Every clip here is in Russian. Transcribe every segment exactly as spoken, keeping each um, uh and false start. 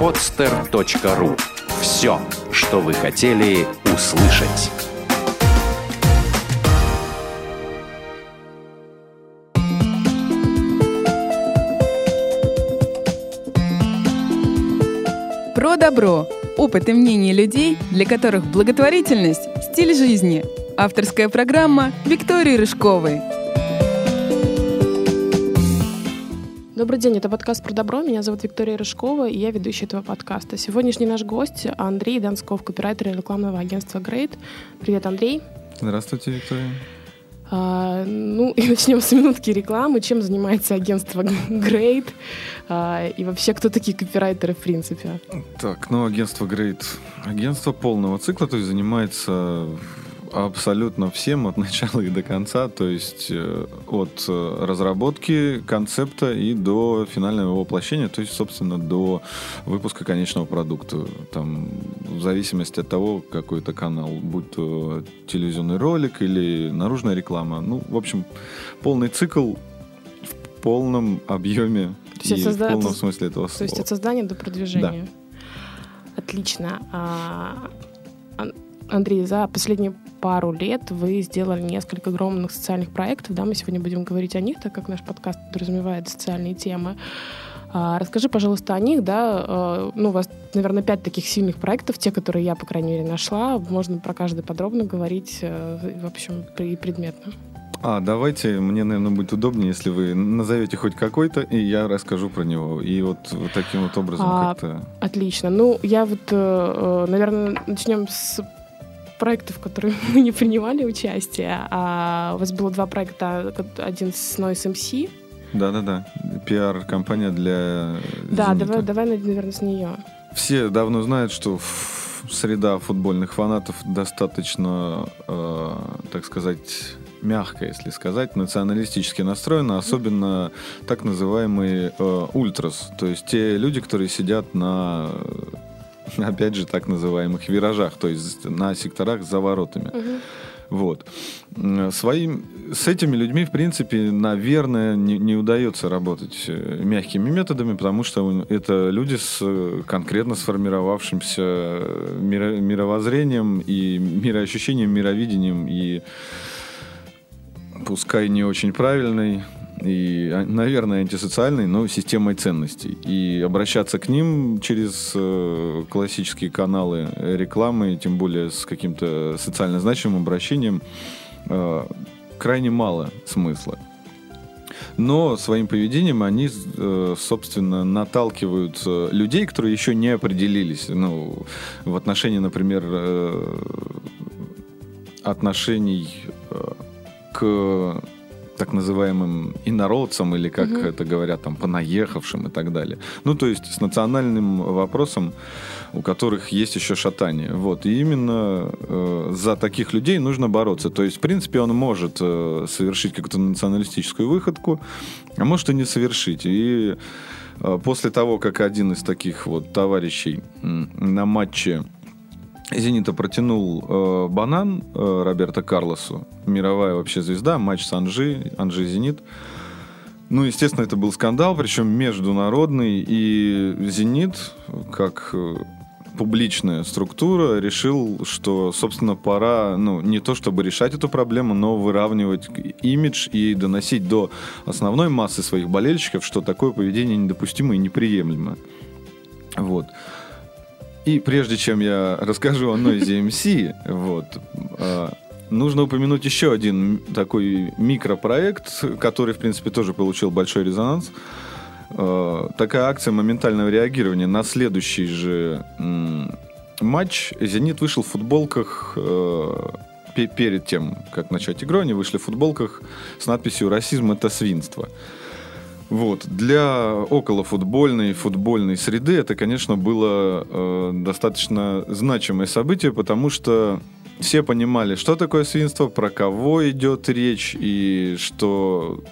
подстер точка ру. Все, что вы хотели услышать. Про добро. Опыт и мнения людей, для которых благотворительность – стиль жизни. Авторская программа Виктории Рыжковой. Добрый день, это подкаст «Про добро». Меня зовут Виктория Рыжкова, и я ведущая этого подкаста. Сегодняшний наш гость Андрей Донсков, копирайтер рекламного агентства Great. Привет, Андрей. Здравствуйте, Виктория. А, ну, и начнем с минутки рекламы. Чем занимается агентство Great? А, и вообще, кто такие копирайтеры в принципе? Так, ну, агентство Great. Агентство полного цикла, то есть занимается абсолютно всем от начала и до конца, то есть от разработки концепта и до финального его воплощения, то есть, собственно, до выпуска конечного продукта. Там, в зависимости от того, какой это канал, будь то телевизионный ролик или наружная реклама. Ну, в общем, полный цикл в полном объеме и созда... в полном смысле этого слова. То есть от создания до продвижения. Да. Отлично. А... Андрей, за последние пару лет вы сделали несколько огромных социальных проектов. Да, мы сегодня будем говорить о них, так как наш подкаст подразумевает социальные темы. А, расскажи, пожалуйста, о них. Да? А, ну, у вас, наверное, пять таких сильных проектов, те, которые я, по крайней мере, нашла. Можно про каждый подробно говорить, в общем, и предметно. А, давайте, мне, наверное, будет удобнее, если вы назовете хоть какой-то, и я расскажу про него. И вот, вот таким вот образом а, как-то... Отлично. Ну, я вот, наверное, начнем с проектов, в которых мы не принимали участие. А у вас было два проекта. Один с Noise эм си. Да-да-да. Пиар-компания для Да, «Зенита». давай, давай, наверное, с нее. Все давно знают, что среда футбольных фанатов достаточно, э, так сказать, мягко, если сказать, националистически настроена, особенно так называемые э, ультрас. То есть те люди, которые сидят на... опять же, так называемых виражах, то есть на секторах за воротами. Uh-huh. Вот. Своим, с этими людьми, в принципе, наверное, не, не удается работать мягкими методами, потому что это люди с конкретно сформировавшимся миро, мировоззрением и мироощущением, мировидением, и пускай не очень правильной, и, наверное, антисоциальной, но системой ценностей. И обращаться к ним через э, классические каналы рекламы, тем более с каким-то социально значимым обращением, э, крайне мало смысла. Но своим поведением они, э, собственно, наталкивают э, людей, которые еще не определились. Ну, в отношении, например, э, отношений э, к... так называемым инородцам, или, как uh-huh. это говорят, там, понаехавшим и так далее. Ну, то есть с национальным вопросом, у которых есть еще шатание. Вот. И именно э, за таких людей нужно бороться. То есть, в принципе, он может э, совершить какую-то националистическую выходку, а может и не совершить. И э, после того, как один из таких вот товарищей э, на матче «Зенита» протянул э, банан э, Роберто Карлосу, мировая вообще звезда, матч с Анжи, Анжи-Зенит. Ну, естественно, это был скандал, причем международный, и «Зенит», как э, публичная структура, решил, что, собственно, пора, ну, не то чтобы решать эту проблему, но выравнивать имидж и доносить до основной массы своих болельщиков, что такое поведение недопустимо и неприемлемо. Вот. И прежде чем я расскажу о Noise эм си, вот, э, нужно упомянуть еще один такой микропроект, который, в принципе, тоже получил большой резонанс. Э, такая акция моментального реагирования. На следующий же м- матч «Зенит» вышел в футболках, э, п- перед тем, как начать игру, они вышли в футболках с надписью «Расизм – это свинство». Вот. Для околофутбольной, футбольной среды это, конечно, было э, достаточно значимое событие, потому что все понимали, что такое свинство, про кого идет речь, и что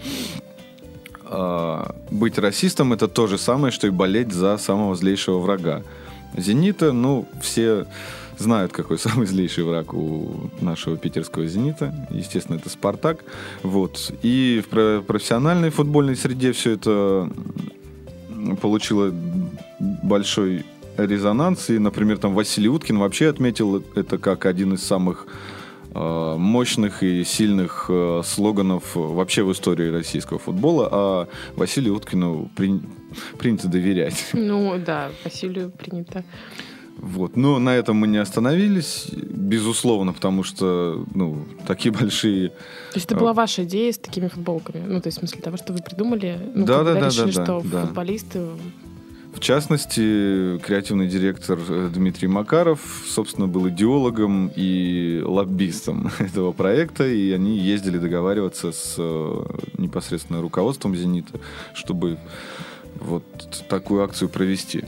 э, быть расистом — это то же самое, что и болеть за самого злейшего врага. «Зенита», ну, все знают, какой самый злейший враг у нашего питерского «Зенита». Естественно, это «Спартак». Вот. И в профессиональной футбольной среде все это получило большой резонанс. И, например, там Василий Уткин вообще отметил это как один из самых э, мощных и сильных э, слоганов вообще в истории российского футбола. А Василию Уткину при, принято доверять. Ну да, Василию принято. Вот. Но на этом мы не остановились, безусловно, потому что, ну, такие большие... То есть это была ваша идея с такими футболками? Ну, то есть в смысле того, что вы придумали, ну, да, когда да, решили, да, что да, футболисты... В частности, креативный директор Дмитрий Макаров, собственно, был идеологом и лоббистом этого проекта, и они ездили договариваться с непосредственно руководством «Зенита», чтобы вот такую акцию провести.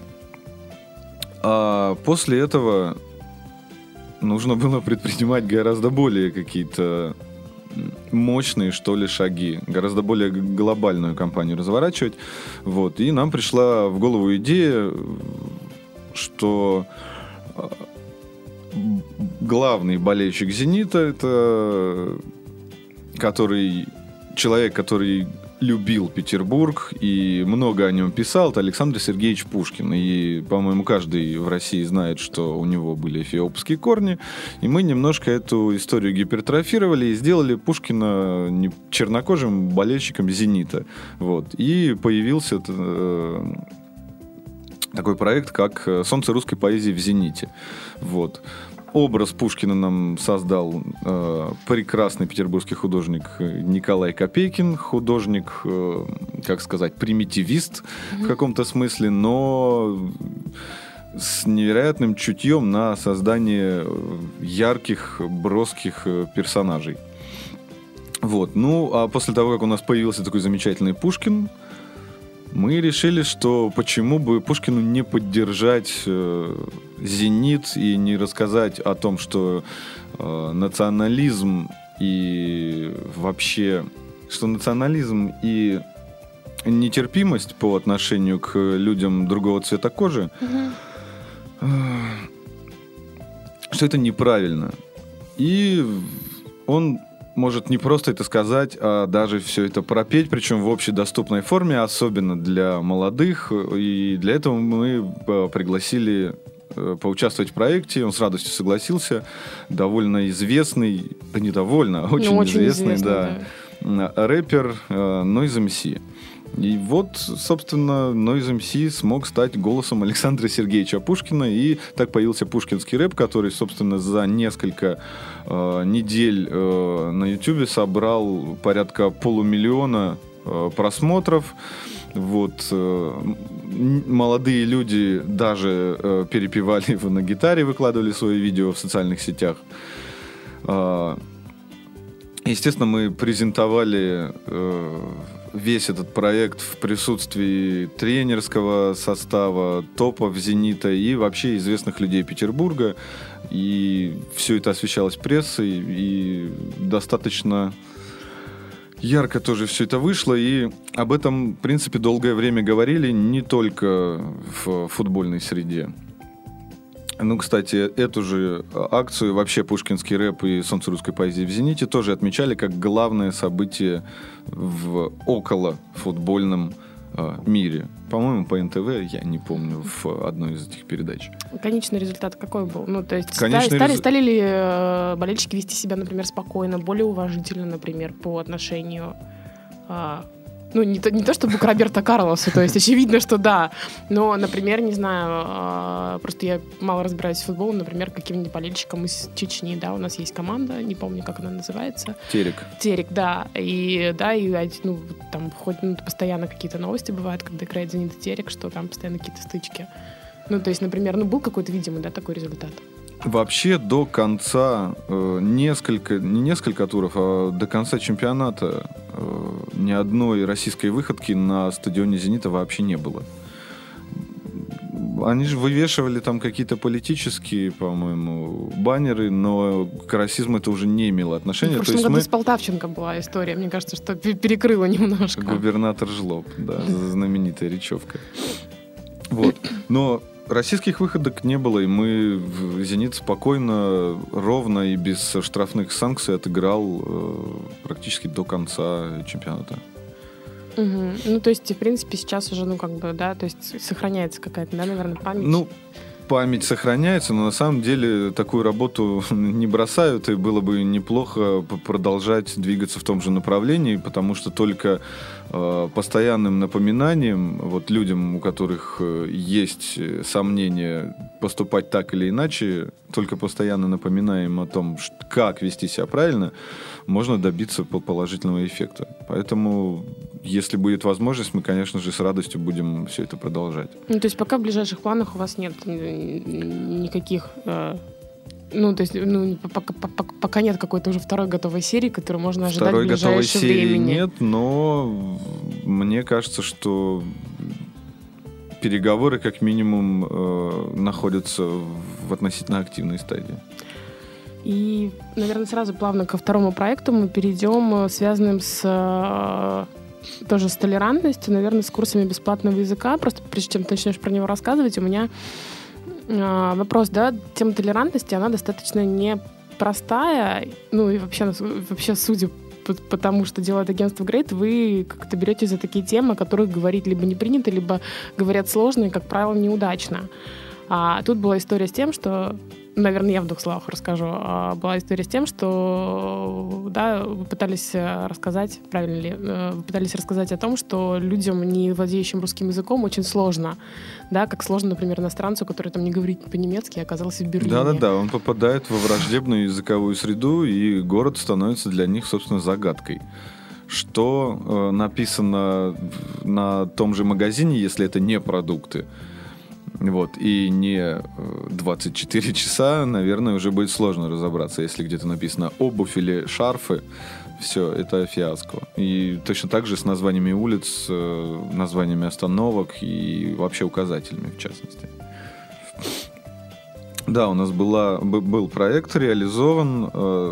А после этого нужно было предпринимать гораздо более какие-то мощные, что ли, шаги, гораздо более глобальную кампанию разворачивать. Вот. И нам пришла в голову идея, что главный болельщик «Зенита» — это который, человек, который любил Петербург и много о нем писал, это Александр Сергеевич Пушкин. И, по-моему, каждый в России знает, что у него были эфиопские корни. И мы немножко эту историю гипертрофировали и сделали Пушкина чернокожим болельщиком «Зенита». Вот. И появился э, такой проект, как «Солнце русской поэзии в Зените». Вот. Образ Пушкина нам создал э, прекрасный петербургский художник Николай Копейкин, художник, э, как сказать, примитивист mm-hmm. в каком-то смысле, но с невероятным чутьем на создание ярких, броских персонажей. Вот. Ну, а после того, как у нас появился такой замечательный Пушкин, мы решили, что почему бы Пушкину не поддержать э, «Зенит» и не рассказать о том, что э, национализм и вообще, что национализм и нетерпимость по отношению к людям другого цвета кожи, mm-hmm. э, что это неправильно. И он может не просто это сказать, а даже все это пропеть, причем в общедоступной форме, особенно для молодых. И для этого мы пригласили поучаствовать в проекте. Он с радостью согласился. Довольно известный, да не довольно, а очень, ну, очень известный, известный да, да. рэпер Noise эм си. И вот, собственно, Noise эм си смог стать голосом Александра Сергеевича Пушкина, и так появился пушкинский рэп, который, собственно, за несколько э, недель э, на Ютубе собрал порядка полумиллиона э, просмотров. Вот, э, молодые люди даже э, перепевали его на гитаре, выкладывали свои видео в социальных сетях. Э, естественно, мы презентовали э, весь этот проект в присутствии тренерского состава, топов «Зенита» и вообще известных людей Петербурга. И все это освещалось прессой, и достаточно ярко тоже все это вышло. И об этом, в принципе, долгое время говорили не только в футбольной среде. Ну, кстати, эту же акцию, вообще пушкинский рэп и «Солнце русской поэзии в Зените» тоже отмечали как главное событие в околофутбольном э, мире. По-моему, по эн тэ вэ, я не помню, в одной из этих передач. Конечный результат какой был? Ну, то есть Конечный стали, рез... стали ли э, болельщики вести себя, например, спокойно, более уважительно, например, по отношению... Э, Ну, не то, не то чтобы к Роберто Карлосу, то есть очевидно, что да. Но, например, не знаю, просто я мало разбираюсь в футболе, например, каким-нибудь болельщиком из Чечни, да, у нас есть команда, не помню, как она называется. Терек. Терек, да. И, да, и, ну, там хоть ну, постоянно какие-то новости бывают, когда играет «Зенит» и Терек, что там постоянно какие-то стычки. Ну, то есть, например, ну, был какой-то видимый, да, такой результат. Вообще до конца э, несколько, не несколько туров, а до конца чемпионата э, ни одной российской выходки на стадионе «Зенита» вообще не было. Они же вывешивали там какие-то политические, по-моему, баннеры, но к расизму это уже не имело отношения. В прошлом То есть году мы... с Полтавченко была история, мне кажется, что перекрыло немножко. Губернатор Жлоб, да, знаменитая речевка. Вот, но... Российских выходок не было, и мы в «Зенит» спокойно, ровно и без штрафных санкций отыграл э, практически до конца чемпионата. Угу. Ну, то есть, в принципе, сейчас уже, ну, как бы, да, то есть сохраняется какая-то, да, наверное, память. Ну, память сохраняется, но на самом деле такую работу не бросают, и было бы неплохо продолжать двигаться в том же направлении, потому что только э, постоянным напоминанием вот людям, у которых есть сомнения поступать так или иначе, только постоянно напоминаем о том, как вести себя правильно, можно добиться положительного эффекта. Поэтому, если будет возможность, мы, конечно же, с радостью будем все это продолжать. Ну, то есть пока в ближайших планах у вас нет никаких... Э, ну, то есть ну, пока, пока, пока нет какой-то уже второй готовой серии, которую можно ожидать второй в ближайшее готовой серии времени. Нет, но мне кажется, что переговоры как минимум э, находятся в относительно активной стадии. И, наверное, сразу плавно ко второму проекту мы перейдем, связанным с тоже с толерантностью, наверное, с курсами бесплатного языка. Просто прежде чем ты начнешь про него рассказывать, у меня э, вопрос, да, тема толерантности, она достаточно непростая, ну и вообще, вообще судя по, по тому, что делает агентство Great, вы как-то берете за такие темы, о которых говорить либо не принято, либо говорят сложно и, как правило, неудачно. А тут была история с тем, что наверное, я в двух словах расскажу. Была история с тем, что да, вы пытались рассказать, правильно ли, вы пытались рассказать о том, что людям, не владеющим русским языком, очень сложно. Да, как сложно, например, иностранцу, который там не говорит по-немецки, оказался в Берлине. Да-да-да, он попадает во враждебную языковую среду, и город становится для них, собственно, загадкой. Что э, написано на том же магазине, если это не продукты, вот, и не двадцать четыре часа, наверное, уже будет сложно разобраться. Если где-то написано обувь или шарфы, все, это фиаско. И точно так же с названиями улиц, названиями остановок и вообще указателями, в частности. Да, у нас была, был проект реализован э,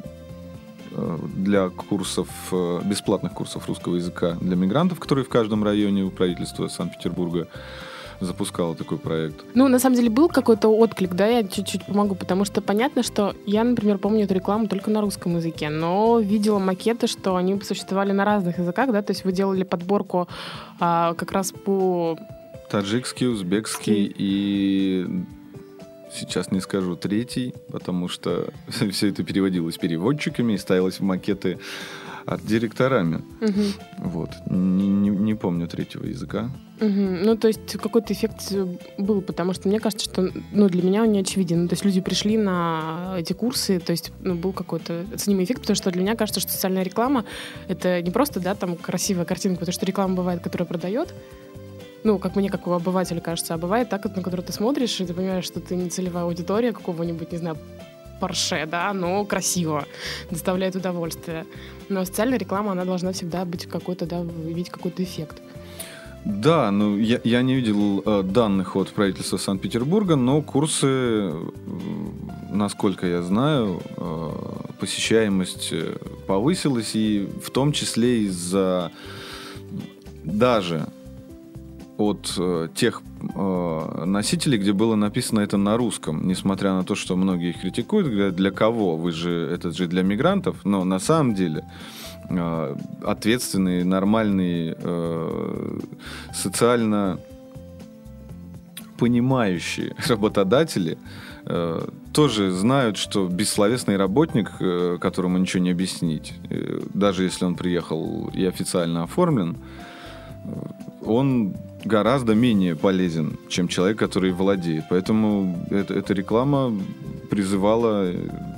для курсов, бесплатных курсов русского языка для мигрантов, которые в каждом районе у правительства Санкт-Петербурга запускала такой проект. Ну, на самом деле, был какой-то отклик, да, я чуть-чуть помогу, потому что понятно, что я, например, помню эту рекламу только на русском языке, но видела макеты, что они существовали на разных языках, да, то есть вы делали подборку а, как раз по... Таджикский, узбекский и... Сейчас не скажу третий, потому что все это переводилось переводчиками и ставилось в макеты арт-директорами. Угу. Вот. Не, не, не помню третьего языка. Угу. Ну, то есть какой-то эффект был, потому что мне кажется, что ну, для меня он не очевиден. Ну, то есть люди пришли на эти курсы, то есть ну, был какой-то оценимый эффект, потому что для меня кажется, что социальная реклама — это не просто, да, там красивая картинка, потому что реклама бывает, которая продает. Ну, как мне, как у обывателя кажется, а бывает так, на которую ты смотришь, и ты понимаешь, что ты не целевая аудитория какого-нибудь, не знаю, Порше, да, но красиво, доставляет удовольствие. Но социальная реклама, она должна всегда быть какой-то, да, иметь какой-то эффект. Да, ну я, я не видел э, данных от правительства Санкт-Петербурга, но курсы, насколько я знаю, э, посещаемость повысилась, и в том числе из-за даже от э, тех э, носителей, где было написано это на русском, несмотря на то, что многие их критикуют, говорят, для кого? Вы же, это же для мигрантов, но на самом деле э, ответственные, нормальные, э, социально понимающие работодатели э, тоже знают, что бессловесный работник, э, которому ничего не объяснить, э, даже если он приехал и официально оформлен, э, он гораздо менее полезен, чем человек, который владеет. Поэтому это, эта реклама призывала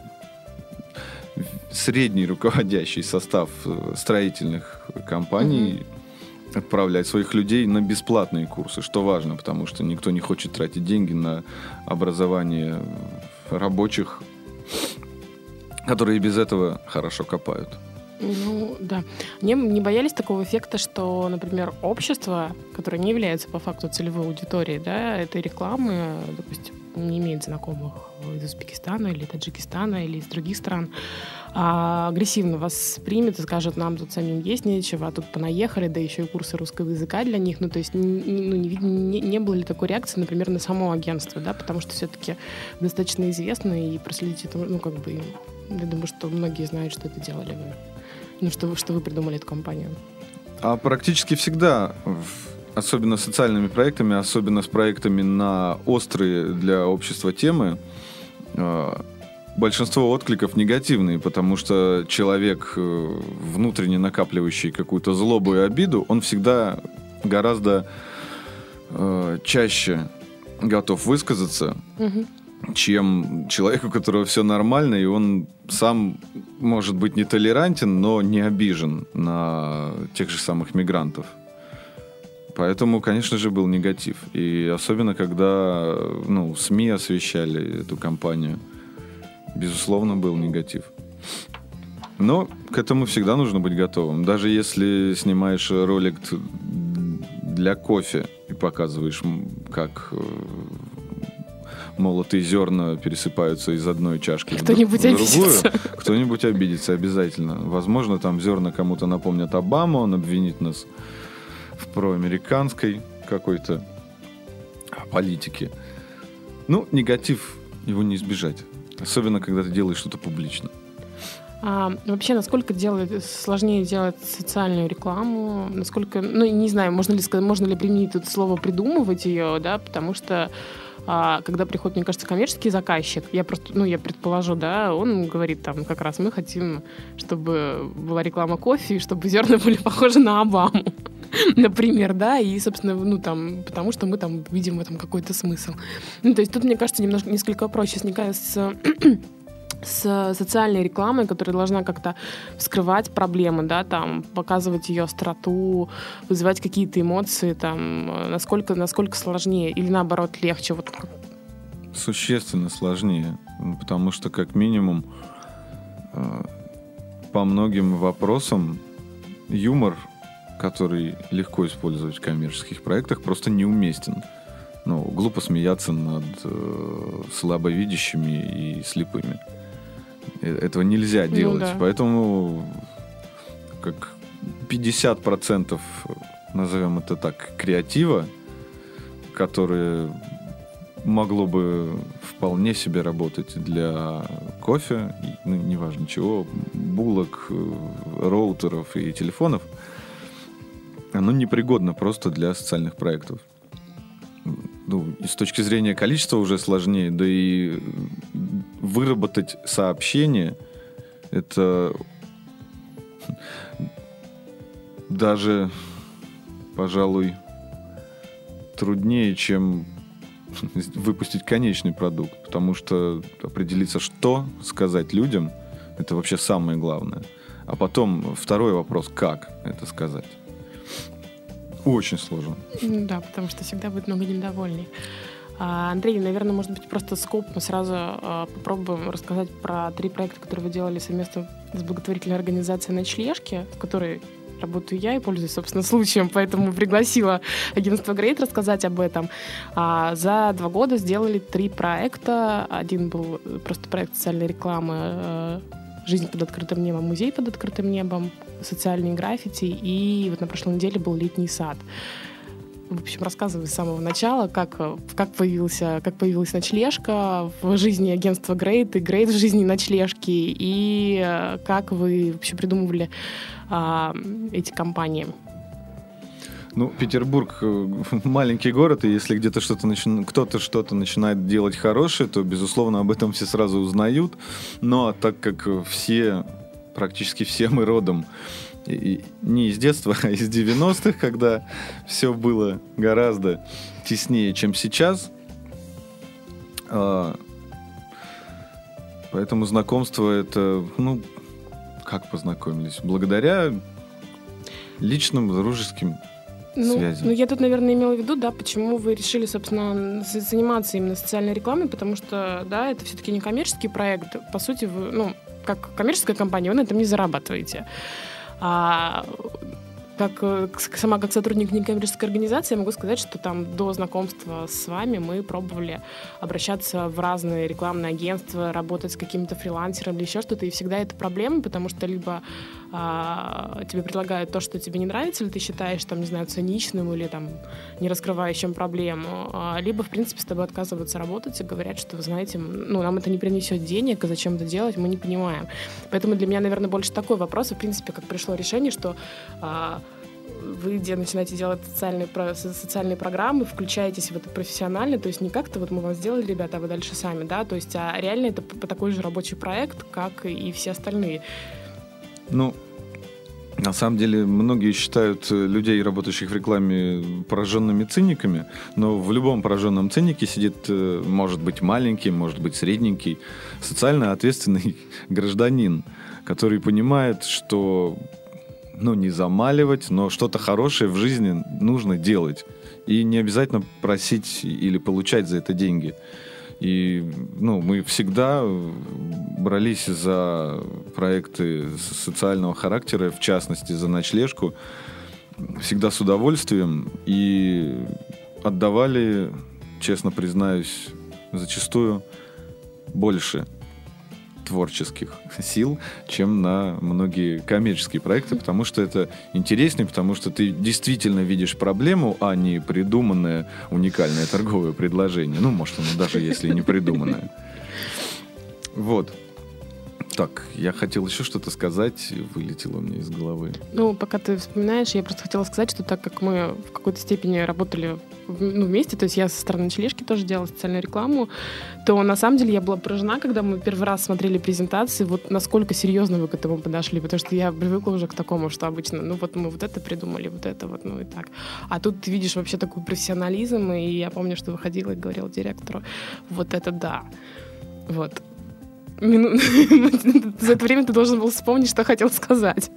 средний руководящий состав строительных компаний mm-hmm. отправлять своих людей на бесплатные курсы, что важно, потому что никто не хочет тратить деньги на образование рабочих, которые и без этого хорошо копают. Ну, да. Не, не боялись такого эффекта, что, например, общество, которое не является по факту целевой аудиторией, да, этой рекламы, допустим, не имеет знакомых из Узбекистана или Таджикистана или из других стран, а агрессивно вас примет и скажет, нам тут самим есть нечего, а тут понаехали, да еще и курсы русского языка для них. Ну, то есть, не, ну, не, не, не было ли такой реакции, например, на само агентство, да, потому что все-таки достаточно известно, и проследить это, ну, как бы, я думаю, что многие знают, что это делали вы. Ну, что вы, что вы придумали эту компанию? А практически всегда, особенно с социальными проектами, особенно с проектами на острые для общества темы, большинство откликов негативные, потому что человек, внутренне накапливающий какую-то злобу и обиду, он всегда гораздо э, чаще готов высказаться, угу. чем человек, у которого все нормально, и он сам может быть не толерантен, но не обижен на тех же самых мигрантов. Поэтому, конечно же, был негатив. И особенно, когда ну, СМИ освещали эту кампанию, безусловно, был негатив. Но к этому всегда нужно быть готовым. Даже если снимаешь ролик для кофе и показываешь, как молотые зерна пересыпаются из одной чашки в другую, обидится. Кто-нибудь обидится обязательно. Возможно, там зерна кому-то напомнят Обаму, он обвинит нас в проамериканской какой-то политике. Ну, негатив, его не избежать. Особенно, когда ты делаешь что-то публично. А, вообще, насколько делает, сложнее делать социальную рекламу? Насколько, ну, не знаю, можно ли сказать, можно ли применить это слово «придумывать» ее, да, потому что а, когда приходит, мне кажется, коммерческий заказчик, я просто, ну, я предположу, да, он говорит там, как раз мы хотим, чтобы была реклама кофе, и чтобы зерна были похожи на Обаму, например, да, и, собственно, ну, там, потому что мы там видим в этом какой-то смысл. Ну, то есть тут, мне кажется, немножко, несколько проще сникает с... с социальной рекламой, которая должна как-то вскрывать проблемы, да, там, показывать ее остроту, вызывать какие-то эмоции, там, насколько, насколько сложнее или, наоборот, легче? Вот. Существенно сложнее, потому что, как минимум, по многим вопросам юмор, который легко использовать в коммерческих проектах, просто неуместен. Ну, глупо смеяться над э, слабовидящими и слепыми. Этого нельзя делать. Ну, да. Поэтому как пятьдесят процентов, назовем это так, креатива, которое могло бы вполне себе работать для кофе, ну, неважно чего, булок, роутеров и телефонов, оно непригодно просто для социальных проектов. Ну, и с точки зрения количества уже сложнее, да и выработать сообщение — это даже, пожалуй, труднее, чем выпустить конечный продукт, потому что определиться, что сказать людям, это вообще самое главное. А потом второй вопрос — как это сказать. Очень сложно. Да, потому что всегда будет много недовольных. А, Андрей, наверное, может быть, просто скоп мы сразу а, попробуем рассказать про три проекта, которые вы делали совместно с благотворительной организацией «Ночлежки», в которой работаю я и пользуюсь, собственно, случаем, поэтому пригласила агентство Great рассказать об этом. А, за два года сделали три проекта. Один был просто проект социальной рекламы «Жизнь под открытым небом», «Музей под открытым небом», социальные граффити, и вот на прошлой неделе был летний сад. В общем, рассказывай с самого начала, как, как, появился, как появилась «Ночлежка» в жизни агентства Great и Great в жизни «Ночлежки», и как вы вообще придумывали а, эти компании. Ну, Петербург маленький город, и если где-то что-то начи... кто-то что-то начинает делать хорошее, то, безусловно, об этом все сразу узнают. Но так как все, практически все мы родом и не из детства, а из девяностых, когда все было гораздо теснее, чем сейчас, поэтому знакомство это, ну, как познакомились? Благодаря личным дружеским Ну, связи. ну, я тут, наверное, имела в виду, да, почему вы решили, собственно, заниматься именно социальной рекламой, потому что, да, это все-таки не коммерческий проект. По сути, вы, ну, как коммерческая компания, вы на этом не зарабатываете. А как, сама как сотрудник некоммерческой организации я могу сказать, что там до знакомства с вами мы пробовали обращаться в разные рекламные агентства, работать с каким-то фрилансером или еще что-то, и всегда это проблема, потому что либо а, тебе предлагают то, что тебе не нравится, или ты считаешь, там, не знаю, циничным или там не раскрывающим проблему, а, либо, в принципе, с тобой отказываются работать и говорят, что, вы знаете, ну, нам это не принесет денег, и зачем это делать, мы не понимаем. Поэтому для меня, наверное, больше такой вопрос, и, в принципе, как пришло решение, что а, вы где начинаете делать социальные, социальные программы, включаетесь в это профессионально, то есть не как-то вот мы вам сделали, ребята, а вы дальше сами, да, то есть а реально это по такой же рабочий проект, как и все остальные. Ну, на самом деле, многие считают людей, работающих в рекламе, пораженными циниками, но в любом пораженном цинике сидит, может быть, маленький, может быть, средненький, социально ответственный гражданин, который понимает, что, ну, не замаливать, но что-то хорошее в жизни нужно делать. И не обязательно просить или получать за это деньги. И, ну, мы всегда брались за проекты социального характера, в частности, за ночлежку, всегда с удовольствием и отдавали, честно признаюсь, зачастую больше творческих сил, чем на многие коммерческие проекты, потому что это интереснее, потому что ты действительно видишь проблему, а не придуманное уникальное торговое предложение. Ну, может, оно даже если не придуманное. Вот. Так, я хотел еще что-то сказать, вылетело у меня из головы. Ну, пока ты вспоминаешь, я просто хотела сказать, что так как мы в какой-то степени работали ну, вместе, то есть я со стороны ночлежки тоже делала социальную рекламу, то на самом деле я была поражена, когда мы первый раз смотрели презентации, вот насколько серьезно вы к этому подошли, потому что я привыкла уже к такому, что обычно, ну вот мы вот это придумали, вот это вот, ну и так. А тут ты видишь вообще такой профессионализм, и я помню, что выходила и говорила директору, вот это да, вот. Мину... За это время ты должен был вспомнить, что хотел сказать.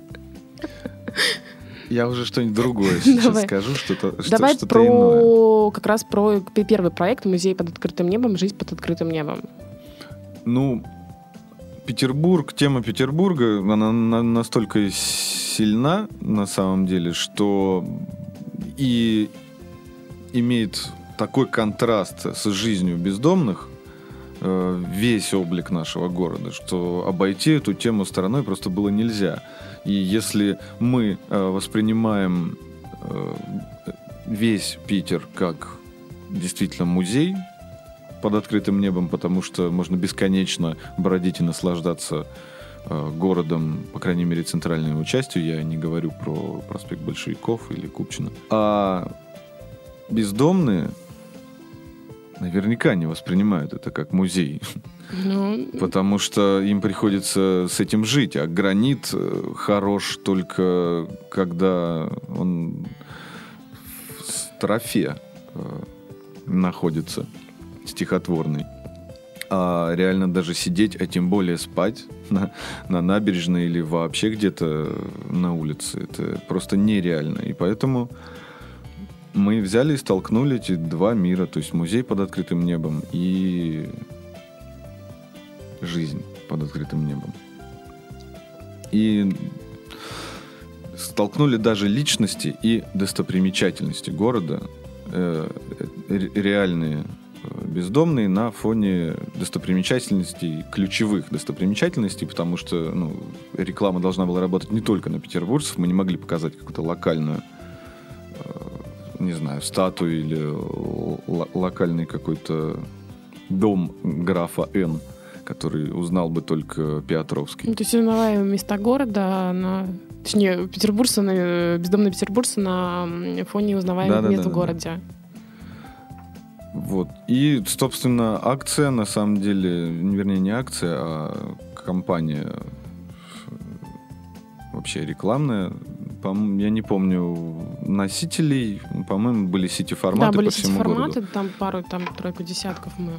Я уже что-нибудь другое сейчас Давай. скажу, что-то, Давай что-то про... иное. Как раз про первый проект «Музей под открытым небом. Жизнь под открытым небом». Ну, Петербург, тема Петербурга, она настолько сильна на самом деле, что и имеет такой контраст с жизнью бездомных, весь облик нашего города, что обойти эту тему стороной просто было нельзя. И если мы воспринимаем весь Питер как действительно музей под открытым небом, потому что можно бесконечно бродить и наслаждаться городом, по крайней мере, центральной его частью, я не говорю про проспект Большевиков или Купчино, а бездомные наверняка не воспринимают это как музей. Ну... Потому что им приходится с этим жить. А гранит хорош только когда он в строфе находится, стихотворный. А реально даже сидеть, а тем более спать на, на набережной или вообще где-то на улице, это просто нереально. И поэтому мы взяли и столкнули эти два мира, то есть музей под открытым небом и жизнь под открытым небом. И столкнули даже личности и достопримечательности города, э, реальные бездомные на фоне достопримечательностей, ключевых достопримечательностей, потому что ну, реклама должна была работать не только на петербуржцев, мы не могли показать какую-то локальную не знаю, статую или л- локальный какой-то дом графа Н, который узнал бы только Петровский. Ну, то есть узнаваемые места города, на... точнее, петербуржцы, на... бездомные петербуржцы на фоне узнаваемых да, мест да, в да, городе. Да. Вот. И, собственно, акция, на самом деле, вернее, не акция, а компания вообще рекламная. Я не помню носителей, по-моему, были сити-форматы да, были по всему городу. Да, были сити-форматы, там пару, там тройку десятков мы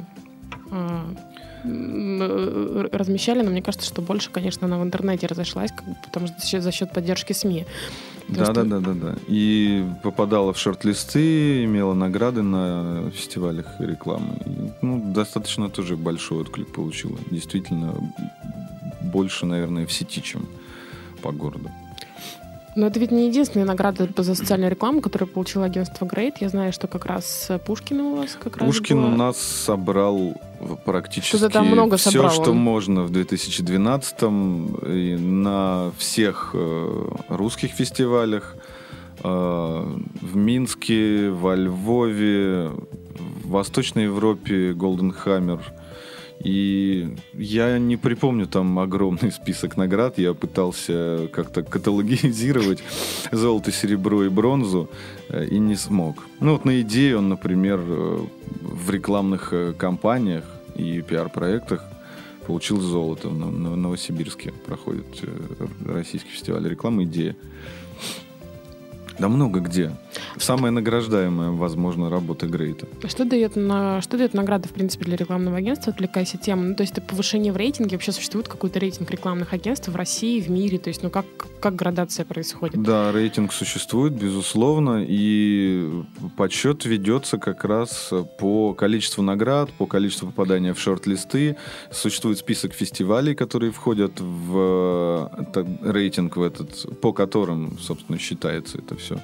э, размещали, но мне кажется, что больше, конечно, она в интернете разошлась, как бы, потому что за счет поддержки СМИ. Да, что... да, да, да, да. И попадала в шорт-листы, имела награды на фестивалях рекламы. И, ну, достаточно тоже большой отклик получила. Действительно, больше, наверное, в сети, чем по городу. Но это ведь не единственная награда за социальную рекламу, которую получило агентство Great. Я знаю, что как раз Пушкин у вас как раз Пушкин было. у нас собрал практически что-то там много все, собрал что он. можно в две тысячи двенадцатом и на всех э, русских фестивалях. Э, в Минске, во Львове, в Восточной Европе Golden Hammer И я не припомню там огромный список наград. Я пытался как-то каталогизировать золото, серебро и бронзу и не смог. Ну вот на идее он, например, в рекламных кампаниях и пиар-проектах получил золото. В Новосибирске проходит российский фестиваль рекламы «Идея». Да много где. Самая награждаемая, возможно, работа Грейта. Что дает, на, что дает награда, в принципе, для рекламного агентства? Отвлекайся от темы. Ну, то есть это повышение в рейтинге. Вообще существует какой-то рейтинг рекламных агентств в России, в мире? То есть, ну, как, как градация происходит? Да, рейтинг существует, безусловно. И подсчет ведется как раз по количеству наград, по количеству попадания в шорт-листы. Существует список фестивалей, которые входят в этот рейтинг, в этот, по которым, собственно, считается это все.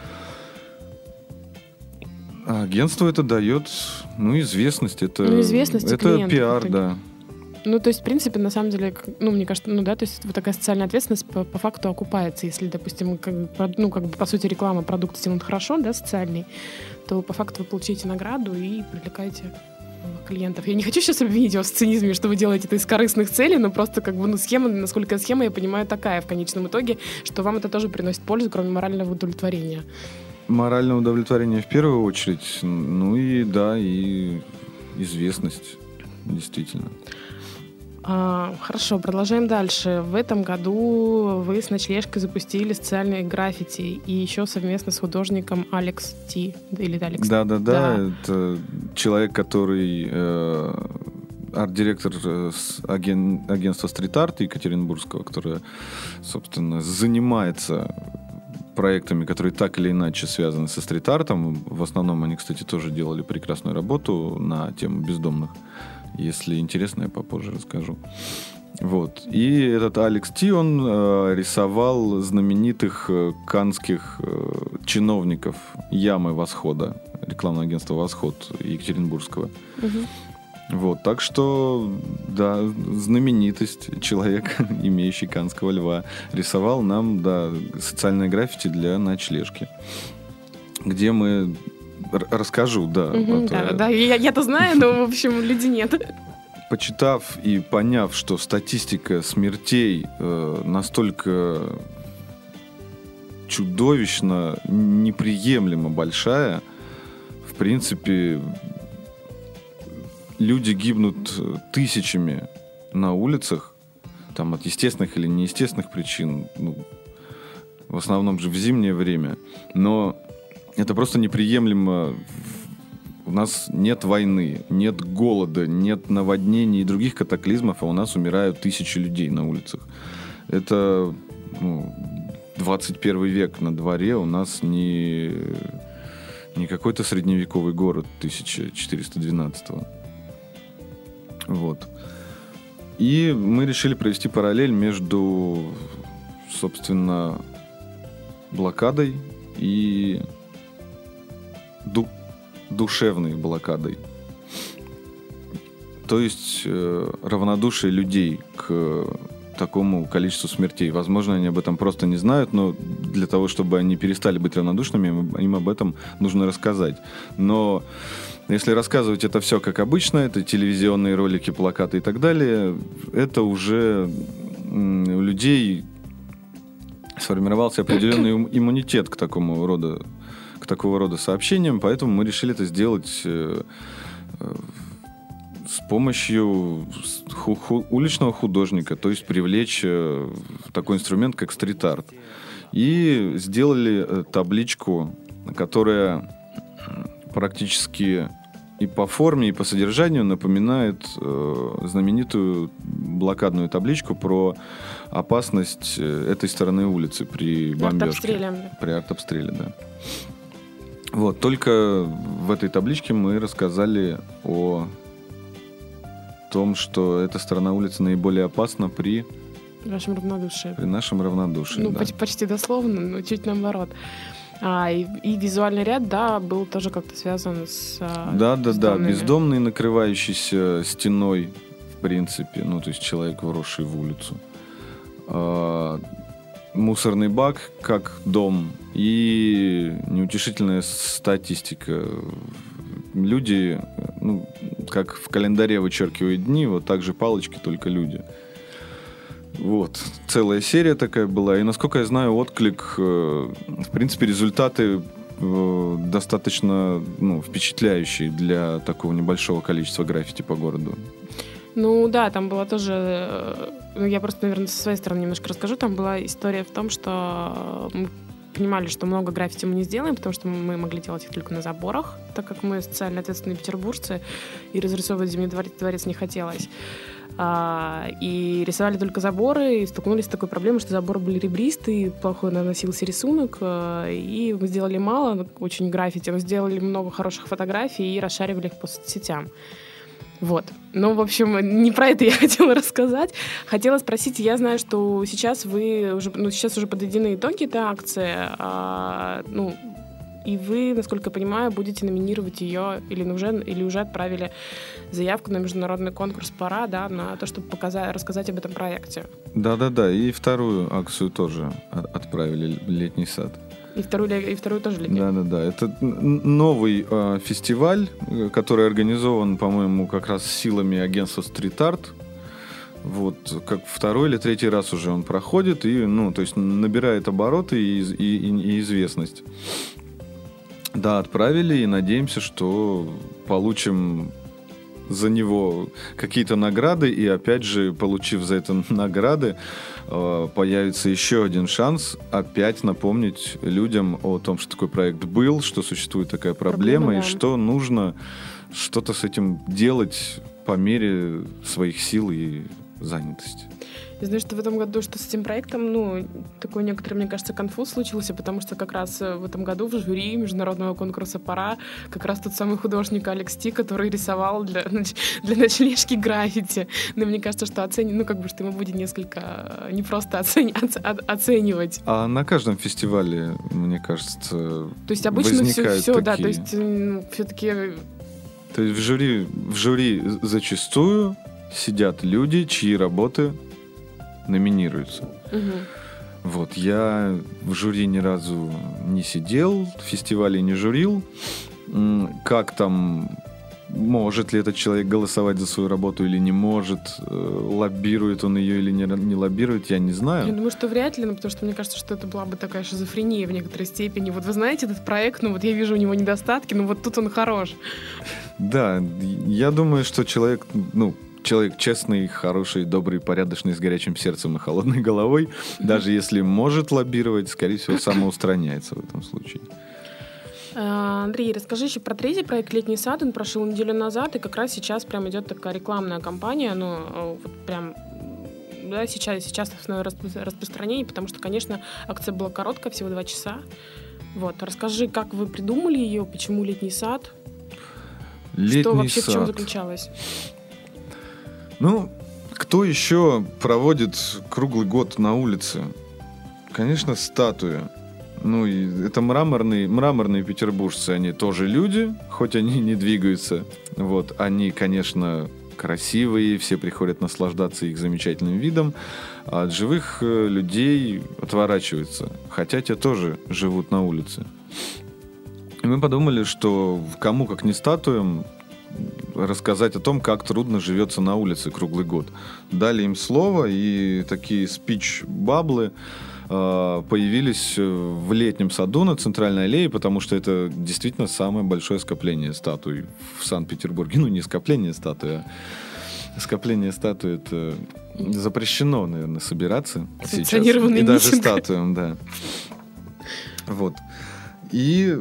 А агентство это дает, ну, известность. Это, ну, известность это клиентов, пиар, да. Ну, то есть, в принципе, на самом деле, ну, мне кажется, ну, да, то есть вот такая социальная ответственность по, по факту окупается. Если, допустим, как, ну, как бы, по сути, реклама продукта сделана хорошо, да, социальный, то по факту вы получаете награду и привлекаете клиентов. Я не хочу сейчас обвинить вас в цинизме, что вы делаете это из корыстных целей, но просто как бы, ну, схема, насколько схема, я понимаю, такая в конечном итоге, что вам это тоже приносит пользу, кроме морального удовлетворения. Моральное удовлетворение в первую очередь, ну и да, и известность, действительно. А, хорошо, продолжаем дальше. В этом году вы с ночлежкой запустили социальные граффити и еще совместно с художником Алекс Ти. Или Алекс. Да, да, да. Это человек, который э, арт-директор с аген, агентства Street Art Екатеринбургского, которое, собственно, занимается проектами, которые так или иначе связаны со стрит-артом. В основном они, кстати, тоже делали прекрасную работу на тему бездомных. Если интересно, я попозже расскажу. Вот. И этот Алекс Ти, он э, рисовал знаменитых э, каннских э, чиновников Ямы Восхода, рекламное агентство «Восход» Екатеринбургского. Угу. Вот, так что, да, знаменитость, человек, имеющий каннского льва, рисовал нам, да, социальное граффити для ночлежки, где мы... Р- расскажу, да. Угу, вот, да, э... да, я, я-то знаю, но, в общем, люди нет. Почитав и поняв, что статистика смертей э, настолько чудовищно, неприемлемо большая, в принципе... Люди гибнут тысячами на улицах, там, от естественных или неестественных причин, ну, в основном же в зимнее время. Но это просто неприемлемо. У нас нет войны, нет голода, нет наводнений и других катаклизмов, а у нас умирают тысячи людей на улицах. Это, ну, двадцать первый век на дворе, у нас не, не какой-то средневековый город тысяча четыреста двенадцатого. Вот. И мы решили провести параллель между, собственно, блокадой и ду- душевной блокадой. То есть э, равнодушие людей к такому количеству смертей. Возможно, они об этом просто не знают, но для того, чтобы они перестали быть равнодушными, им об этом нужно рассказать. Но если рассказывать это все как обычно, это телевизионные ролики, плакаты и так далее, это уже у людей сформировался определенный иммунитет к такому рода, к такого рода сообщениям, поэтому мы решили это сделать с помощью ху- ху- уличного художника, то есть привлечь такой инструмент, как стрит-арт. И сделали табличку, которая практически и по форме, и по содержанию напоминает э, знаменитую блокадную табличку про опасность этой стороны улицы при бомбежке. Артобстреле. При артобстреле, да. Вот, только в этой табличке мы рассказали о том, что эта сторона улицы наиболее опасна при... Нашем равнодушии. При нашем равнодушии, ну, да. почти, почти дословно, но чуть наоборот. А, и, и визуальный ряд, да, был тоже как-то связан с Да, да, да. Бездомный, накрывающийся стеной, в принципе. Ну, то есть человек, вросший в улицу. А, мусорный бак как дом. И неутешительная статистика. Люди, ну, как в календаре вычеркивают дни, вот так же палочки, только люди. Вот. Целая серия такая была. И, насколько я знаю, отклик, в принципе, результаты достаточно ну, впечатляющие для такого небольшого количества граффити по городу. Ну да, там была тоже... Ну, я просто, наверное, со своей стороны немножко расскажу. Там была история в том, что мы понимали, что много граффити мы не сделаем, потому что мы могли делать их только на заборах, так как мы социально ответственные петербуржцы, и разрисовывать Зимний дворец, дворец не хотелось. А, и рисовали только заборы, и столкнулись с такой проблемой, что заборы были ребристые, плохо наносился рисунок, и мы сделали мало очень граффити, мы сделали много хороших фотографий и расшаривали их по соцсетям. Вот. Ну, в общем, не про это я хотела рассказать. Хотела спросить, я знаю, что сейчас вы уже, ну, сейчас уже подведены итоги этой акции, а, ну, и вы, насколько я понимаю, будете номинировать ее или уже, или уже отправили заявку на международный конкурс «Пора», да, на то, чтобы показать, рассказать об этом проекте. Да-да-да, и вторую акцию тоже отправили, «Летний сад». И вторую, и вторую тоже летнюю. Да-да-да. Это новый э, фестиваль, который организован, по-моему, как раз силами агентства Street Art. Вот, как второй или третий раз уже он проходит, и, ну, то есть набирает обороты и, и, и известность. Да, отправили, и надеемся, что получим за него какие-то награды, и опять же, получив за это награды, появится еще один шанс опять напомнить людям о том, что такой проект был, что существует такая проблема, проблема и да. что нужно что-то с этим делать по мере своих сил и занятости. Я знаю, что в этом году, что с этим проектом, ну, такой некоторый, мне кажется, конфуз случился, потому что как раз в этом году в жюри международного конкурса «Пора» как раз тот самый художник Алекс Ти, который рисовал для, для ночлежки граффити. Но мне кажется, что оцени... ну, как бы, что ему будет несколько не просто оцени... оценивать. А на каждом фестивале, мне кажется, то есть обычно все, все такие... да, то есть ну, все-таки... То есть в жюри, в жюри зачастую сидят люди, чьи работы номинируются. Угу. Вот, я в жюри ни разу не сидел, в фестивале не жюрил. Как там, может ли этот человек голосовать за свою работу или не может, лоббирует он ее или не, не лоббирует, я не знаю. Я думаю, что вряд ли, ну, потому что мне кажется, что это была бы такая шизофрения в некоторой степени. Вот вы знаете, этот проект, ну вот я вижу у него недостатки, но вот тут он хорош. Да, я думаю, что человек, ну, человек честный, хороший, добрый, порядочный, с горячим сердцем и холодной головой, даже если может лоббировать, скорее всего, самоустраняется в этом случае. Андрей, расскажи еще про третий проект «Летний сад». Он прошел неделю назад, и как раз сейчас прям идет такая рекламная кампания, ну, вот прям, да, сейчас, сейчас основное распространение, потому что, конечно, акция была короткая, всего два часа. Вот, расскажи, как вы придумали ее, почему «Летний сад», Летний что вообще сад. В чем заключалось? Ну, кто еще проводит круглый год на улице? Конечно, статуи. Ну, и это мраморные, мраморные петербуржцы, они тоже люди, хоть они не двигаются. Вот, они, конечно, красивые, все приходят наслаждаться их замечательным видом, а от живых людей отворачиваются, хотя те тоже живут на улице. И мы подумали, что кому, как не статуям, рассказать о том, как трудно живется на улице круглый год. Дали им слово, и такие спич-баблы э, появились в Летнем саду на Центральной аллее, потому что это действительно самое большое скопление статуй в Санкт-Петербурге. Ну, не скопление статуй, а скопление статуй — это запрещено, наверное, собираться сейчас. И даже статуям, да. Вот. И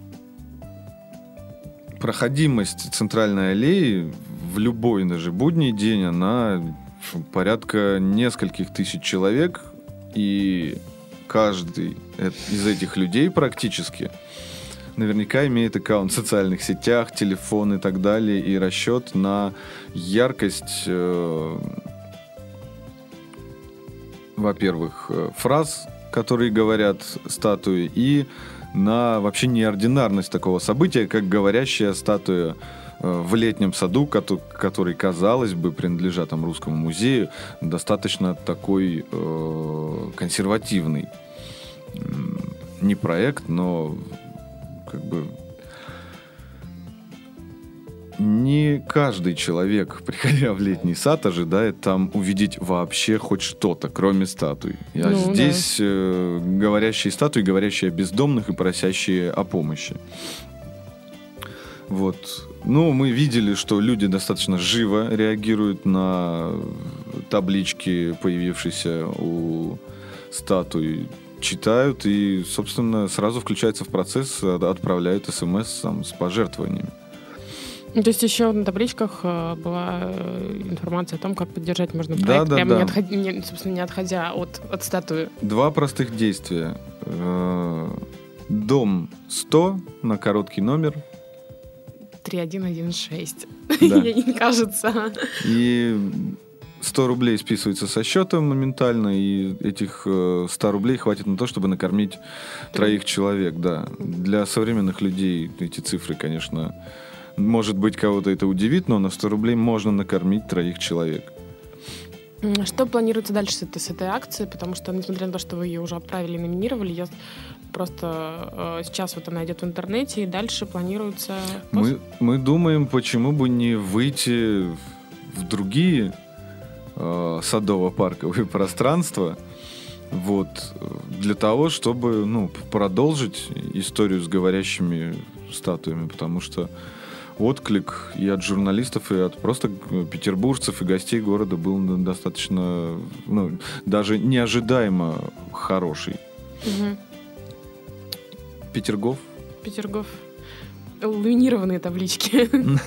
проходимость Центральной аллеи в любой даже будний день, она порядка нескольких тысяч человек, и каждый из этих людей практически наверняка имеет аккаунт в социальных сетях, телефон и так далее, и расчет на яркость, э, во-первых, фраз, которые говорят статуи, и на вообще неординарность такого события, как говорящая статуя в Летнем саду, который, казалось бы, принадлежат там Русскому музею, достаточно такой э, консервативный. Не проект, но как бы не каждый человек, приходя в летний сад, ожидает там увидеть вообще хоть что-то, кроме статуй. А ну, здесь да. э, говорящие статуи, говорящие о бездомных и просящие о помощи. Вот. Ну, мы видели, что люди достаточно живо реагируют на таблички, появившиеся у статуй, читают и, собственно, сразу включаются в процесс, отправляют смс там, с пожертвованиями. То есть еще на табличках была информация о том, как поддержать можно проект, да, да, прямо да. Не, отходя, не, собственно, не отходя от, от статуи. Два простых действия. Дом сто на короткий номер. три один один шесть. Да. Мне кажется. И сто рублей списывается со счета моментально, и этих сто рублей хватит на то, чтобы накормить троих человек. Да. Для современных людей эти цифры, конечно... Может быть, кого-то это удивит, но на сто рублей можно накормить троих человек. Что планируется дальше с этой, с этой акцией? Потому что, несмотря на то, что вы ее уже отправили и номинировали, я просто э, сейчас вот она идет в интернете, и дальше планируется... Мы, мы думаем, почему бы не выйти в другие э, садово-парковые пространства, вот, для того, чтобы ну, продолжить историю с говорящими статуями, потому что отклик и от журналистов, и от просто петербуржцев и гостей города был достаточно, ну, даже неожидаемо хороший. Угу. Петергоф. Петергоф. Ламинированные таблички.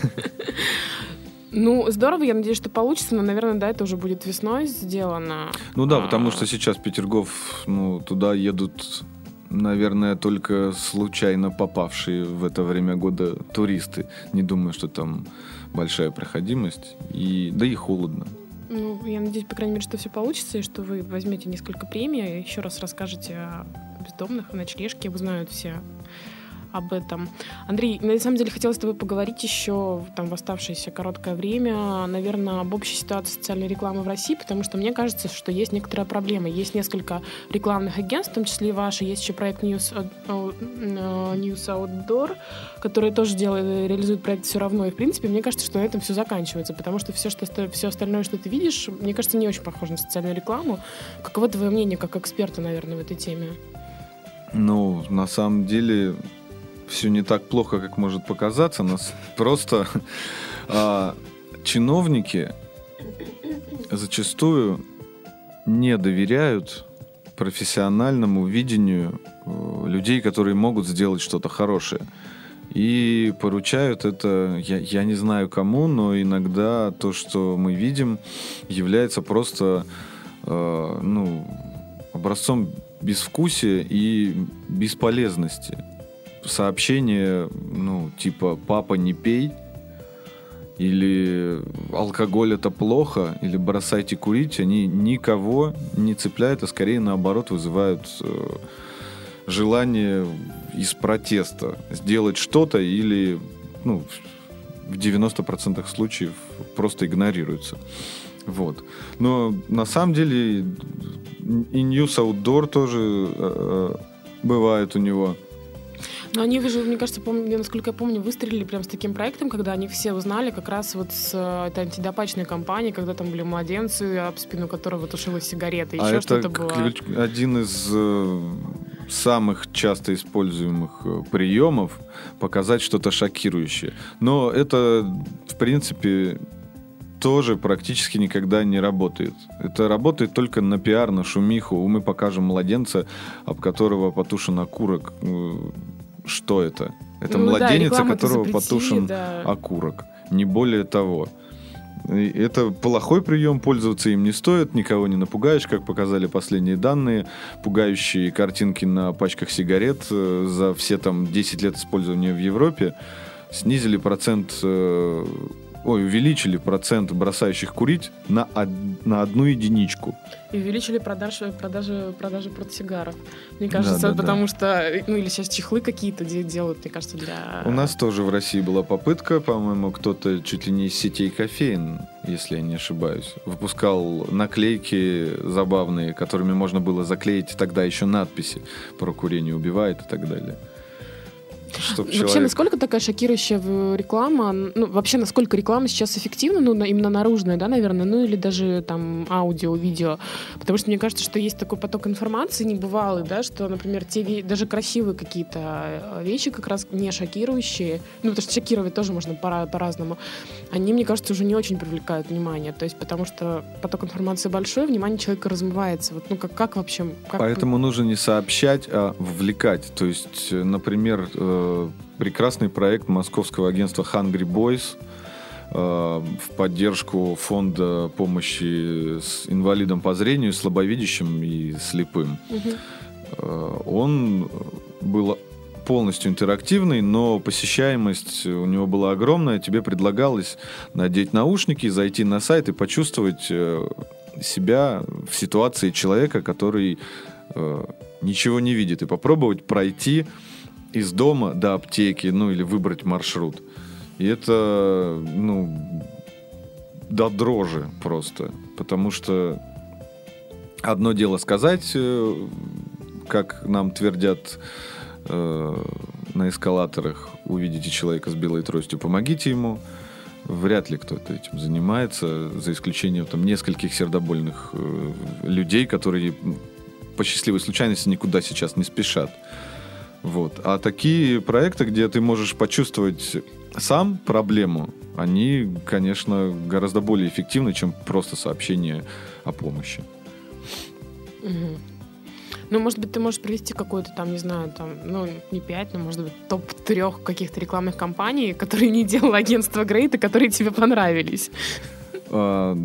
Ну, здорово, я надеюсь, что получится, но, наверное, да, это уже будет весной сделано. Ну да, потому что сейчас Петергоф, ну, туда едут... Наверное, только случайно попавшие в это время года туристы. Не думаю, что там большая проходимость. И... Да и холодно. Ну, я надеюсь, по крайней мере, что все получится, и что вы возьмете несколько премий, и еще раз расскажете о бездомных, о ночлежке, узнают все об этом. Андрей, на самом деле хотелось с тобой поговорить еще там, в оставшееся короткое время, наверное, об общей ситуации социальной рекламы в России, потому что мне кажется, что есть некоторая проблема. Есть несколько рекламных агентств, в том числе и ваши. Есть еще проект News, News Outdoor, который тоже делает, реализует проект «Все равно». И, в принципе, мне кажется, что на этом все заканчивается, потому что все, что, все остальное, что ты видишь, мне кажется, не очень похоже на социальную рекламу. Каково твое мнение как эксперта, наверное, в этой теме? Ну, на самом деле... Все не так плохо, как может показаться. Нас просто а, чиновники зачастую не доверяют профессиональному видению э, людей, которые могут сделать что-то хорошее. И поручают это, я, я не знаю кому, но иногда то, что мы видим, является просто э, ну, образцом безвкусия и бесполезности. Сообщения, ну, типа «папа, не пей», или «алкоголь это плохо», или «бросайте курить», они никого не цепляют, а скорее наоборот вызывают э, желание из протеста сделать что-то или, ну, в девяноста процентах случаев просто игнорируются. Вот. Но на самом деле и News Outdoor тоже э, бывает у него. Но они же, мне кажется, помню, насколько я помню, выстрелили прям с таким проектом, когда они все узнали как раз вот с этой антидопачной кампании, когда там были младенцы, об спину которого тушилась сигарета, еще а что-то это было. Один из э, самых часто используемых приемов показать что-то шокирующее. Но это, в принципе, тоже практически никогда не работает. Это работает только на пиар, на шумиху. Мы покажем младенца, об которого потушен окурок. Что это? Это ну, младенец, да, о которого потушен да. окурок. Не более того. Это плохой прием, пользоваться им не стоит, никого не напугаешь, как показали последние данные. Пугающие картинки на пачках сигарет за все там десять лет использования в Европе снизили процент... Ой, увеличили процент бросающих курить на, од... на одну единичку. И увеличили продажи, продажи, продажи портсигаров. Мне кажется, да, да, потому да. что... Ну, или сейчас чехлы какие-то делают, мне кажется, для... У нас тоже в России была попытка, по-моему, кто-то чуть ли не из сетей кофеин, если я не ошибаюсь, выпускал наклейки забавные, которыми можно было заклеить тогда еще надписи про курение убивает и так далее. Чтоб Вообще, человек... насколько такая шокирующая реклама, ну, вообще, насколько реклама сейчас эффективна, ну, именно наружная, да, наверное, ну, или даже там аудио, видео, потому что мне кажется, что есть такой поток информации небывалый, да, что, например, те даже красивые какие-то вещи как раз не шокирующие, ну, потому что шокировать тоже можно по- по-разному, они, мне кажется, уже не очень привлекают внимание, то есть потому что поток информации большой, внимание человека размывается, вот, ну, как, как вообще... Как... Поэтому нужно не сообщать, а вовлекать, то есть, например, прекрасный проект московского агентства Hungry Boys в поддержку фонда помощи с инвалидам по зрению, слабовидящим и слепым. Угу. Он был полностью интерактивный, но посещаемость у него была огромная. Тебе предлагалось надеть наушники, зайти на сайт и почувствовать себя в ситуации человека, который ничего не видит, и попробовать пройти из дома до аптеки, ну, или выбрать маршрут. И это, ну, до дрожи просто. Потому что одно дело сказать, как нам твердят э, на эскалаторах, увидите человека с белой тростью, помогите ему. Вряд ли кто-то этим занимается, за исключением там нескольких сердобольных э, людей, которые по счастливой случайности никуда сейчас не спешат. Вот. А такие проекты, где ты можешь почувствовать сам проблему, они, конечно, гораздо более эффективны, чем просто сообщение о помощи. Угу. Ну, может быть, ты можешь привести какой-то там, не знаю, там, ну, не пять, но, может быть, топ трех каких-то рекламных кампаний, которые не делало агентство Great, и которые тебе понравились. А,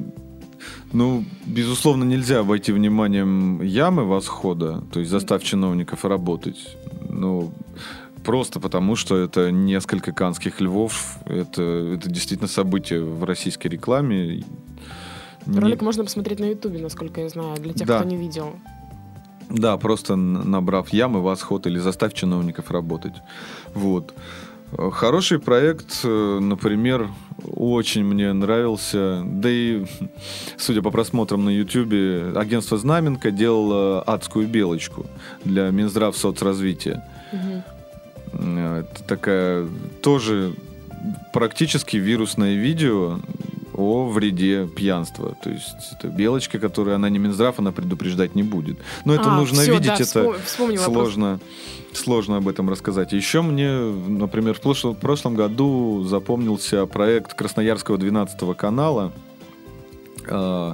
ну, безусловно, нельзя обойти вниманием ямы восхода, то есть заставь чиновников работать. Ну, просто потому, что это несколько канских львов. Это, это действительно событие в российской рекламе. Ролик не... можно посмотреть на Ютубе, насколько я знаю, для тех, да. кто не видел. Да, просто набрав ямы, восход или заставь чиновников работать. Вот. Хороший проект, например, очень мне нравился. Да и, судя по просмотрам на Ютубе, агентство «Знаменка» делало «Адскую белочку» для Минздравсоцразвития. Угу. Это такая тоже практически вирусное видео о вреде пьянства. То есть это белочка, которую она не Минздрав, она предупреждать не будет. Но это а, нужно все, видеть, да, это вспомнила, сложно, сложно об этом рассказать. Еще мне, например, в прошлом, в прошлом году запомнился проект Красноярского двенадцатого канала э,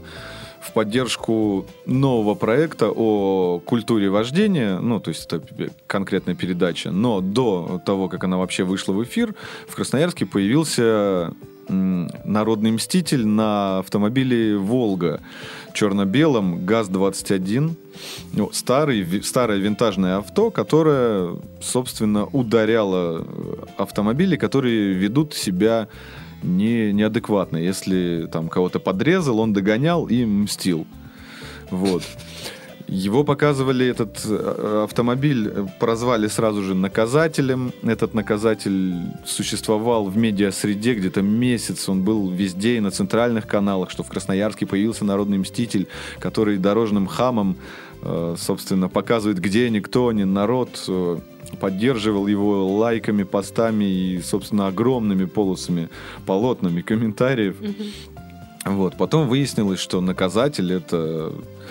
в поддержку нового проекта о культуре вождения. Ну, то есть это конкретная передача. Но до того, как она вообще вышла в эфир, в Красноярске появился народный мститель на автомобиле «Волга» черно-белом ГАЗ двадцать один. Ну, старый, старое винтажное авто, которое, собственно, ударяло автомобили, которые ведут себя не, неадекватно. Если там кого-то подрезал, он догонял и мстил. Вот. Его показывали, этот автомобиль прозвали сразу же наказателем. Этот наказатель существовал в медиасреде где-то месяц. Он был везде и на центральных каналах, что в Красноярске появился народный мститель, который дорожным хамом, собственно, показывает, где они, кто они, народ, поддерживал его лайками, постами и, собственно, огромными полосами, полотнами комментариев. Mm-hmm. Вот. Потом выяснилось, что наказатель — это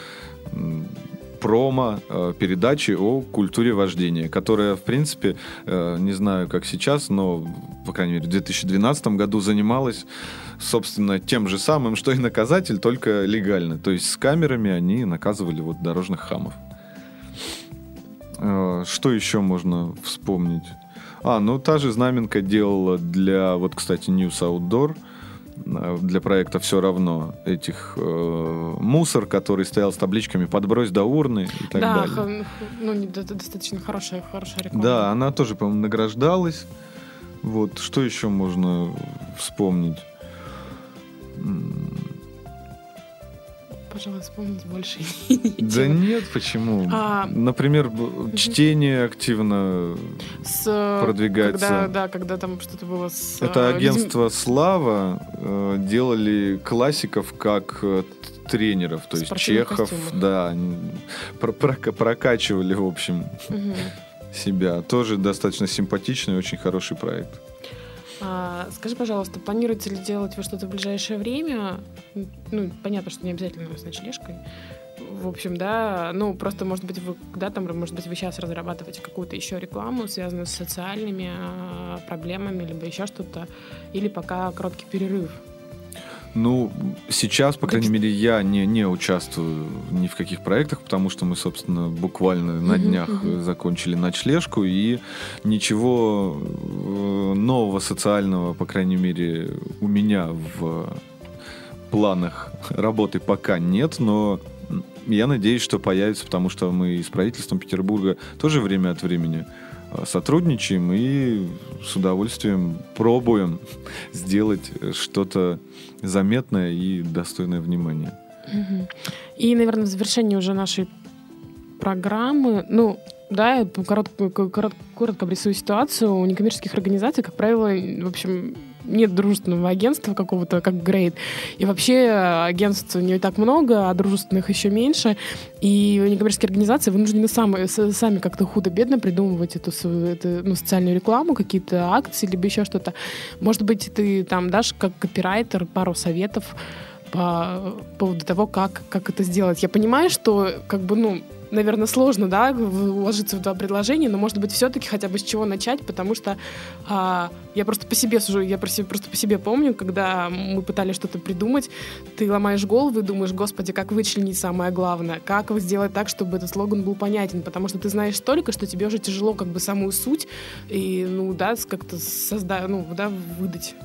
промо э, передачи о культуре вождения, которая, в принципе, э, не знаю, как сейчас, но, по крайней мере, в две тысячи двенадцатом году занималась, собственно, тем же самым, что и наказатель, только легально. То есть с камерами они наказывали вот дорожных хамов. Э, что еще можно вспомнить? А, ну, та же «Знаменка» делала для, вот, кстати, News Outdoor, для проекта «Все равно» этих э, мусор, который стоял с табличками «Подбрось до урны» и так да, далее. Х- ну, достаточно хорошая, хорошая реклама. Да, она тоже, по-моему, награждалась. Вот, что еще можно вспомнить? Пожалуй, вспомнить больше. Да нет, почему? А, Например, чтение активно с, продвигается. Когда, да, когда там что-то было с... Это агентство «Слава» э, делали классиков как э, тренеров. То есть Чехов, костюмах. Да, про- про- прокачивали, в общем, угу. себя. Тоже достаточно симпатичный, очень хороший проект. А, скажи, пожалуйста, планируете ли делать вы что-то в ближайшее время? Ну, понятно, что не обязательно с ночлежкой. В общем, да, ну, просто, может быть, вы, да, там, может быть, вы сейчас разрабатываете какую-то еще рекламу, связанную с социальными а, проблемами, либо еще что-то, или пока короткий перерыв? Ну, сейчас, по крайней мере, я не, не участвую ни в каких проектах, потому что мы, собственно, буквально на днях uh-huh, uh-huh. закончили ночлежку, и ничего нового социального, по крайней мере, у меня в планах работы пока нет, но я надеюсь, что появится, потому что мы с правительством Петербурга тоже время от времени сотрудничаем и с удовольствием пробуем сделать что-то заметное и достойное внимания. И, наверное, в завершении уже нашей программы, ну, да, я коротко, коротко, коротко обрисую ситуацию. У некоммерческих организаций, как правило, в общем, нет дружественного агентства какого-то, как Грейд. И вообще агентств не так много, а дружественных еще меньше. И некоммерческие организации вынуждены сами, сами как-то худо-бедно придумывать эту, эту ну, социальную рекламу, какие-то акции, либо еще что-то. Может быть, ты там дашь как копирайтер пару советов по поводу того, как, как это сделать. Я понимаю, что как бы, ну, наверное, сложно, да, уложиться в два предложения, но, может быть, все-таки хотя бы с чего начать, потому что а, я просто по себе сужу, я просто по себе помню, когда мы пытались что-то придумать, ты ломаешь голову и думаешь, господи, как вычленить самое главное, как сделать так, чтобы этот слоган был понятен, потому что ты знаешь столько, что тебе уже тяжело как бы самую суть и, ну, да, как-то создать, ну, да, выдать.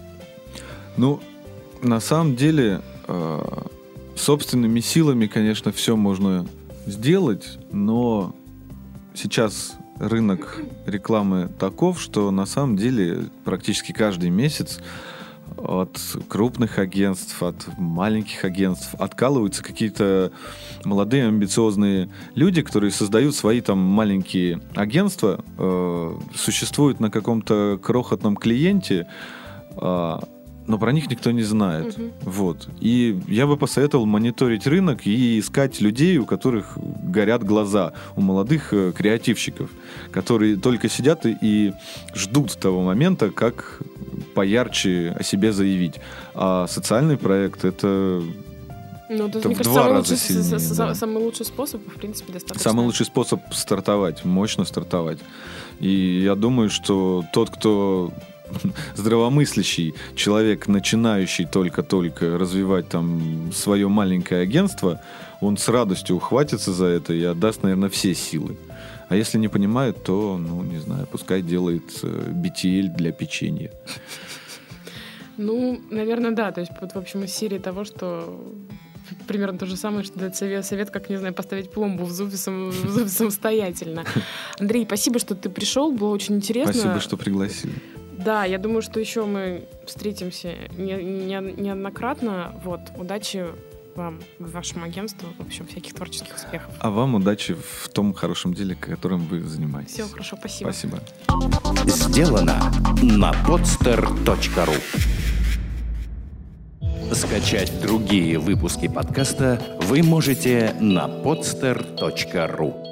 Ну, на самом деле, э, собственными силами, конечно, все можно сделать, но сейчас рынок рекламы таков, что на самом деле практически каждый месяц от крупных агентств, от маленьких агентств откалываются какие-то молодые амбициозные люди, которые создают свои там маленькие агентства, э, существуют на каком-то крохотном клиенте, э, но про них никто не знает. Uh-huh. Вот. И я бы посоветовал мониторить рынок и искать людей, у которых горят глаза, у молодых э, креативщиков, которые только сидят и, и ждут того момента, как поярче о себе заявить. А социальный проект — это... Ну, это, мне кажется, самый лучший, сильнее, с, да. самый лучший способ, в принципе, достаточно. Самый лучший способ стартовать, мощно стартовать. И я думаю, что тот, кто... здравомыслящий человек, начинающий только-только развивать там свое маленькое агентство, он с радостью ухватится за это и отдаст, наверное, все силы. А если не понимает, то, ну, не знаю, пускай делает би ти эл для печенья. Ну, наверное, да. То есть, вот, в общем, из серии того, что примерно то же самое, что дать совет, совет, как, не знаю, поставить пломбу в зубе, сам, в зубе самостоятельно. Андрей, спасибо, что ты пришел, было очень интересно. Спасибо, что пригласили. Да, я думаю, что еще мы встретимся не, не, неоднократно. Вот, удачи вам, вашему агентству, в общем, всяких творческих успехов. А вам удачи в том хорошем деле, которым вы занимаетесь. Всего хорошо, спасибо. Спасибо. Сделано на podster точка ру. Скачать другие выпуски подкаста вы можете на podster точка ру.